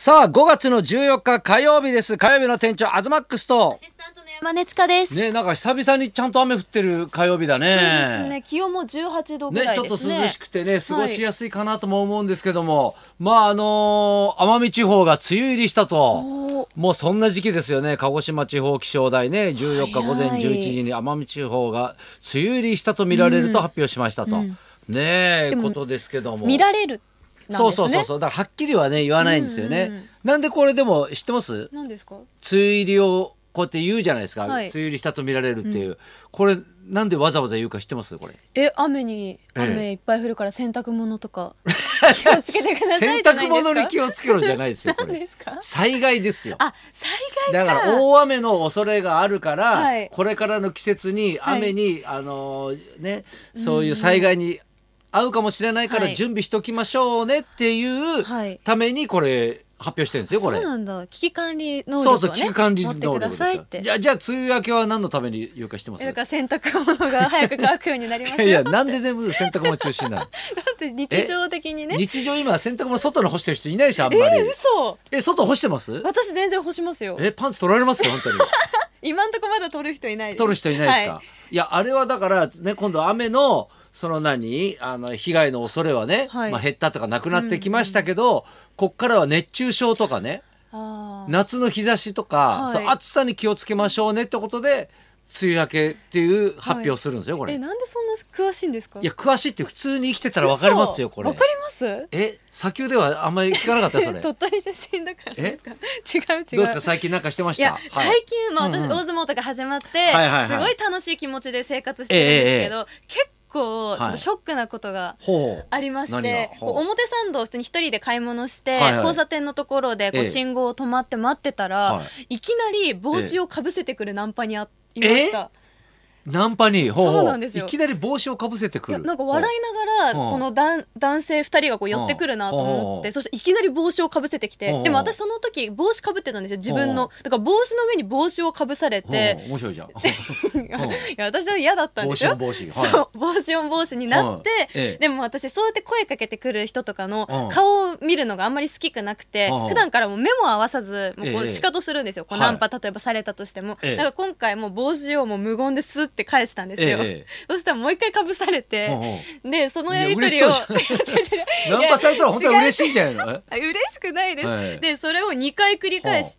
さあ5月の14日火曜日です。火曜日の店長アズマックスとアシスタントの山根千佳です。 ね、なんか久々にちゃんと雨降ってる火曜日だね。 そうですね。気温も18度ぐらいですね。 ちょっと涼しくてね過ごしやすいかなとも思うんですけども、まあ奄美地方が梅雨入りしたと、もうそんな時期ですよね。鹿児島地方気象台ね、14日午前11時に奄美地方が梅雨入りしたと見られると発表しましたと、ねえことですけども、 見られるなんですね。 そうだからはっきりはね言わないんですよね。なんでこれでも知ってます？ 何ですか？ 梅雨入りをこうやって言うじゃないですか、 はい、 梅雨入りしたと見られるっていう、これなんでわざわざ言うか知ってます？これ雨いっぱい降るから洗濯物とか気をつけてくださいじゃないですか。 洗濯物に気をつけろじゃないですよこれ。 何ですか？ 災害ですよ。 あ、災害だから大雨の恐れがあるから、 はい、 これからの季節に雨に、ね、そういう災害に合うかもしれないから準備しときましょうねっていうためにこれ発表してるんですよ。これそうなんだ。危機管理能力をね、 危機管理能力持ってくださいって。 じゃあ梅雨明けは何のために言うか知ってます？ だから洗濯物が早く乾くようになりますよ。 いやなんで全部洗濯物中心なの？だって日常的にね。 日常今洗濯物外に干してる人いないでしょあんまり。 嘘。 外干してます？ 私全然干しますよ。 パンツ取られますか本当に？ 今んとこまだ取る人いないです。 取る人いないですか？いやあれはだからね、今度雨のその被害の恐れはね、減ったとかなくなってきましたけど、こっからは熱中症とかね、夏の日差しとか、そう暑さに気をつけましょうねってことで梅雨明けっていう発表するんですよこれ。 なんでそんな詳しいんですか？ いや詳しいって普通に生きてたら分かりますよこれ。 分かります？ 砂丘ではあんまり聞かなかったそれ。 鳥取出身だからですか？違う。 どうですか最近なんかしてました？ いや、最近、私大相撲とか始まって、すごい楽しい気持ちで生活してるんですけど、結構ちょっとショックなことがありまして、表参道普通に一人で買い物して、交差点のところで信号を止まって待ってたら、いきなり帽子をかぶせてくるナンパにいました。 ナンパにそうなんですよ。 いきなり帽子をかぶせてくる。 なんか笑いながらこの男性2人がこう寄ってくるなと思って、そしていきなり帽子をかぶせてきて、でも私その時帽子かぶってたんですよ自分の。だから帽子の上に帽子をかぶされて、 面白いじゃん。いや私は嫌だったんですよ。 帽子そう帽子オン帽子になって、でも私そうやって声かけてくる人とかの顔を見るのがあんまり好きくなくて、普段からもう目も合わさずもうこうシカトするんですよ。こうナンパ例えばされたとしても、だから今回もう帽子をもう無言でスッって返したんですよ。そしたらもう一回かぶされて、でそのやり取りをナンパされたら本当は嬉しいんじゃないの？ 嬉しくないです。でそれを2回繰り返して、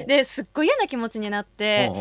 ですっごい嫌な気持ちになって、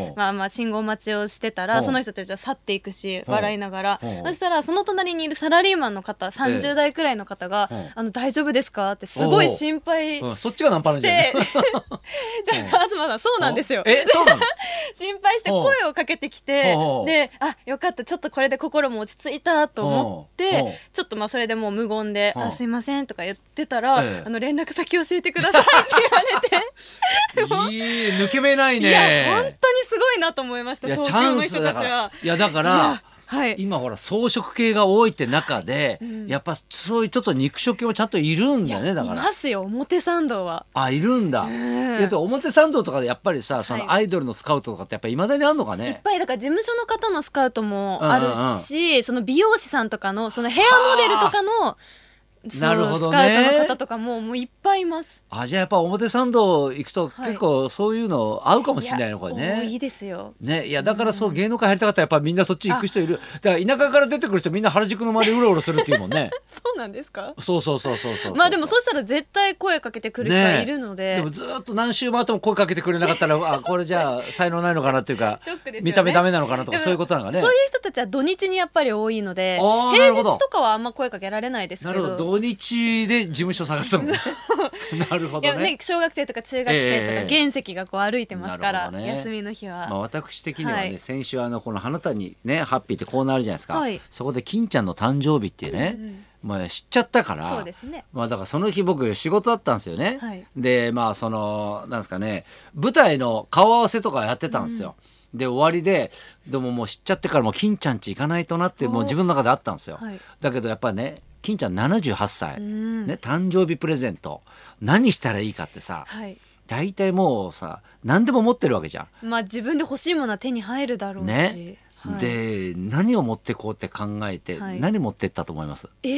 まあ信号待ちをしてたらその人たちは去っていくし笑いながら、そしたらその隣にいるサラリーマンの方30代くらいの方が大丈夫ですかってすごい心配そっちがナンパなんじゃない？ じゃあ東さんそうなんですよ。 そうなの？ 心配して声をかけてきて、でよかったちょっとこれで心も落ち着いたと思ってちょっとそれでもう無言で「すいません」とか言ってたら連絡先教えてくださいって言われて抜け目ないね。 いや本当にすごいなと思いました。東京の人たちは。 いやだから今ほら草食系が多いって中で、やっぱそういうちょっと肉食系もちゃんといるんだよね。だからいますよ表参道は。 いるんだ。表参道とかでやっぱりさ、そのアイドルのスカウトとかってやっぱいまだにあんのかね。 いっぱいだから事務所の方のスカウトもあるし、その美容師さんとかのそのヘアモデルとかのなるほどね、 スカウトの方とかもういっぱいいます。 じゃあやっぱ表参道行くと結構そういうの合うかもしれないのこれね。 多いですよね。いやだからそう芸能界入りたかったらやっぱみんなそっち行く人いる。だから田舎から出てくる人みんな原宿の周りうろうろするっていうもんね。 そうなんですか？ そうまあでもそしたら絶対声かけてくる人はいるので、 でもずっと何週回っても声かけてくれなかったらこれじゃあ才能ないのかなっていうか見た目ダメなのかなとかそういうことなのかね。 そういう人たちは土日にやっぱり多いので、平日とかはあんま声かけられないですけど。 なるほど。土日で事務所探すの。なるほどね。 小学生とか中学生とか原石がこう歩いてますから、休みの日は。 私的にはね、先週この花谷ねハッピーってコーナーあるじゃないですか。そこで金ちゃんの誕生日っていうね、知っちゃったから、 そうですね。 だからその日僕仕事だったんですよね。でそのなんですかね、舞台の顔合わせとかやってたんですよ。で終わりでももう知っちゃってからもう金ちゃん家行かないとなってもう自分の中であったんですよ。だけどやっぱりね金ちゃん78歳、誕生日プレゼント何したらいいかってさ、大体もうさ何でも持ってるわけじゃん。 自分で欲しいものは手に入るだろうし、 で何を持ってこうって考えて、何持ってったと思います？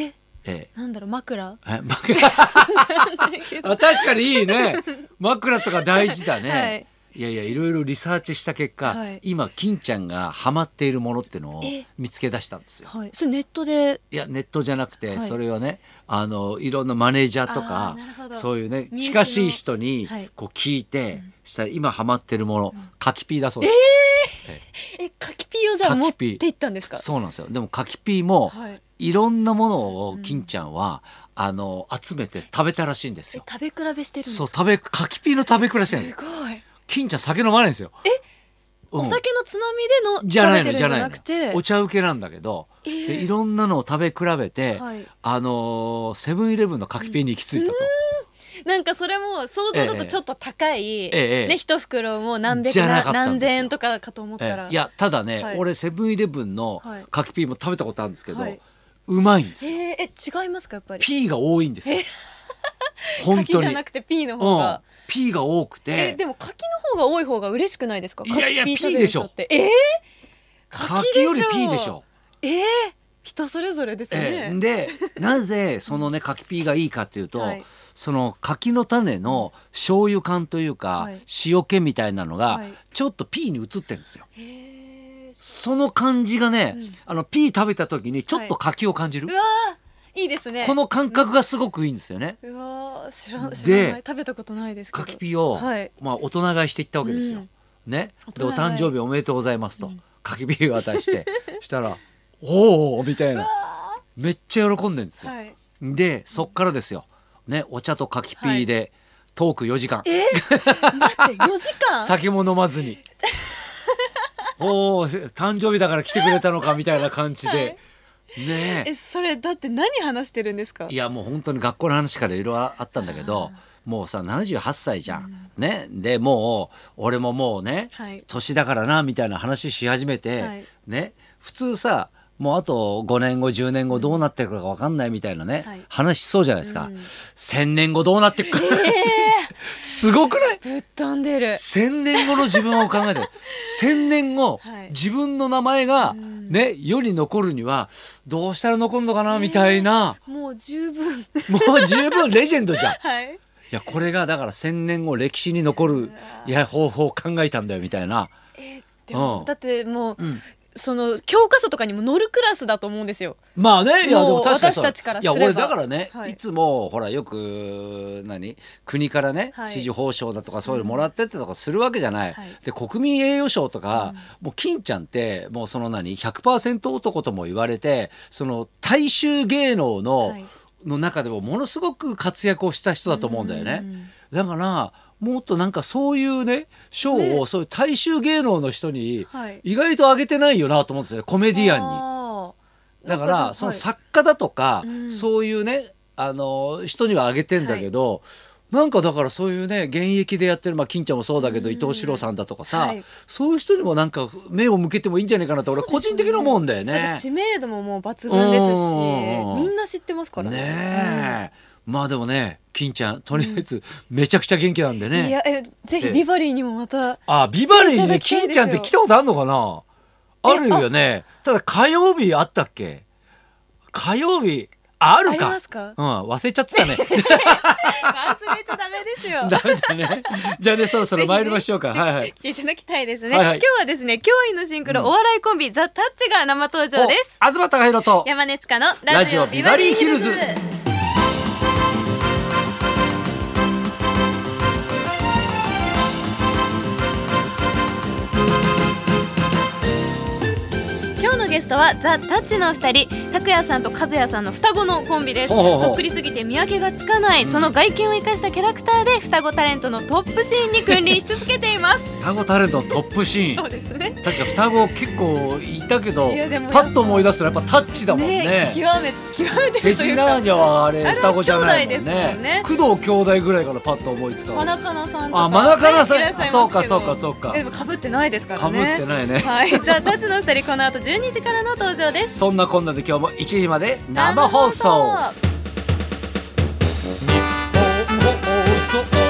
なんだろう、枕確かにいいね。枕とか大事だね。いやいや、いろいろリサーチした結果、今金ちゃんがハマっているものっていうのを見つけ出したんですよ。 それネットで？ いやネットじゃなくて、それはねいろんなマネージャーとかそういうね近しい人にこう聞いて、したら今ハマってるもの、柿ピーだそうです。 柿ピーをじゃあ持っていったんですか？ そうなんですよ。でも柿ピーもいろんなものを金ちゃんは集めて食べたらしいんですよ。 食べ比べしてるんですか？ そう、柿ピーの食べ比べしてるんです。 すごい。 金ちゃん酒飲まないんですよ。 お酒のつまみでの食べてるんじゃなくて、 お茶受けなんだけど、でいろんなのを食べ比べて、セブンイレブンの柿ピーに行き着いたと。 なんかそれも想像だとちょっと高い、ね、一袋も何百何千円とかかと思ったら、 いやただね、俺セブンイレブンの柿ピーも食べたことあるんですけど、うまいんですよ。 違いますか？やっぱりピーが多いんですよ。本当に柿じゃなくてピーの方が、 ピーが多くて、 でも柿の方が多い方が嬉しくないですか？ いやいや、ピーでしょ。柿よりピーでしょ。 人それぞれですね。 でなぜそのね柿ピーがいいかっていうと、その柿の種の醤油感というか、塩気みたいなのがちょっとピーに移ってるんですよ。その感じがね、ピー食べた時にちょっと柿を感じる。 うわいいですね。 この感覚がすごくいいんですよね。 うわ知らない。食べたことないですけど。 柿ピーを、大人買いしていったわけですよ。ね。でお誕生日おめでとうございますと、柿ピーを渡してしたらおおみたいな、めっちゃ喜んでるんですよ。でそっからですよ。ね、お茶と柿ピーでトーク4時間。 待って4時間酒も飲まずにおお誕生日だから来てくれたのかみたいな感じで、ね。 それだって何話してるんですか？ いやもう本当に学校の話からいろいろあったんだけど、もうさ78歳じゃん、ね。でもう俺ももうね、年だからなみたいな話し始めて、ね。普通さもうあと5年後10年後どうなってるか分かんないみたいなね、話しそうじゃないですか。1000年後どうなってるか、すごくない？ ぶっ飛んでる。 1000年後の自分を考えて1000年後、自分の名前がね世に残るにはどうしたら残るのかなみたいな、 もう十分レジェンドじゃん。 いやこれがだから1000年後歴史に残る方法を考えたんだよみたいな。 でもだってもう、その教科書とかにも載るクラスだと思うんですよ。 まあね、いやでも確かに私たちからすれば、 いや俺だからね、いつもほらよく国からね、紫綬褒章だとかそういうのもらってってとかするわけじゃない。で国民栄誉賞とか、もう金ちゃんってもうその100% 男とも言われて、その大衆芸能の中でもものすごく活躍をした人だと思うんだよね。だからもっとなんかそういうね賞をそういう大衆芸能の人に意外とあげてないよなと思うんですよね、コメディアンに。だからその作家だとか、そういうね人にはあげてんだけど、なんかだからそういうね現役でやってる、金ちゃんもそうだけど、伊藤四郎さんだとかさ、そういう人にもなんか目を向けてもいいんじゃないかなと俺個人的に思うんだよね。 だって知名度ももう抜群ですし、みんな知ってますからね。まあでもね金ちゃんとりあえずめちゃくちゃ元気なんでね。 いやぜひビバリーにもまた。 ビバリーにね金ちゃんって来たことあるのかな。あるよね。ただ火曜日あったっけ？火曜日あるか。 ありますか？ 忘れちゃってたね。 忘れちゃダメですよ。 ダメだね。じゃあねそろそろ参りましょうか。 来ていただきたいですね。今日はですね驚異のシンクロお笑いコンビザ・タッチが生登場です。 東貴博と山根千佳のラジオビバリーヒルズ。ゲストはザ・タッチの2人、拓也さんと和也さんの双子のコンビです。そっくりすぎて見分けがつかない、その外見を生かしたキャラクターで双子タレントのトップシーンに君臨し続けています。 双子タレントのトップシーンそうですね。 確か双子結構いたけどパッと思い出すとやっぱタッチだもんね。 極めて手品にはあれ双子じゃないもんね。 工藤兄弟ぐらいからパッと思いつかマナカナさんとかマナカナさん、そうかでも被ってないですからね。 被ってないね。 ザ・タッチの2人この後12時からの登場です。 そんなこんなで今日も1時まで生放送。日本放送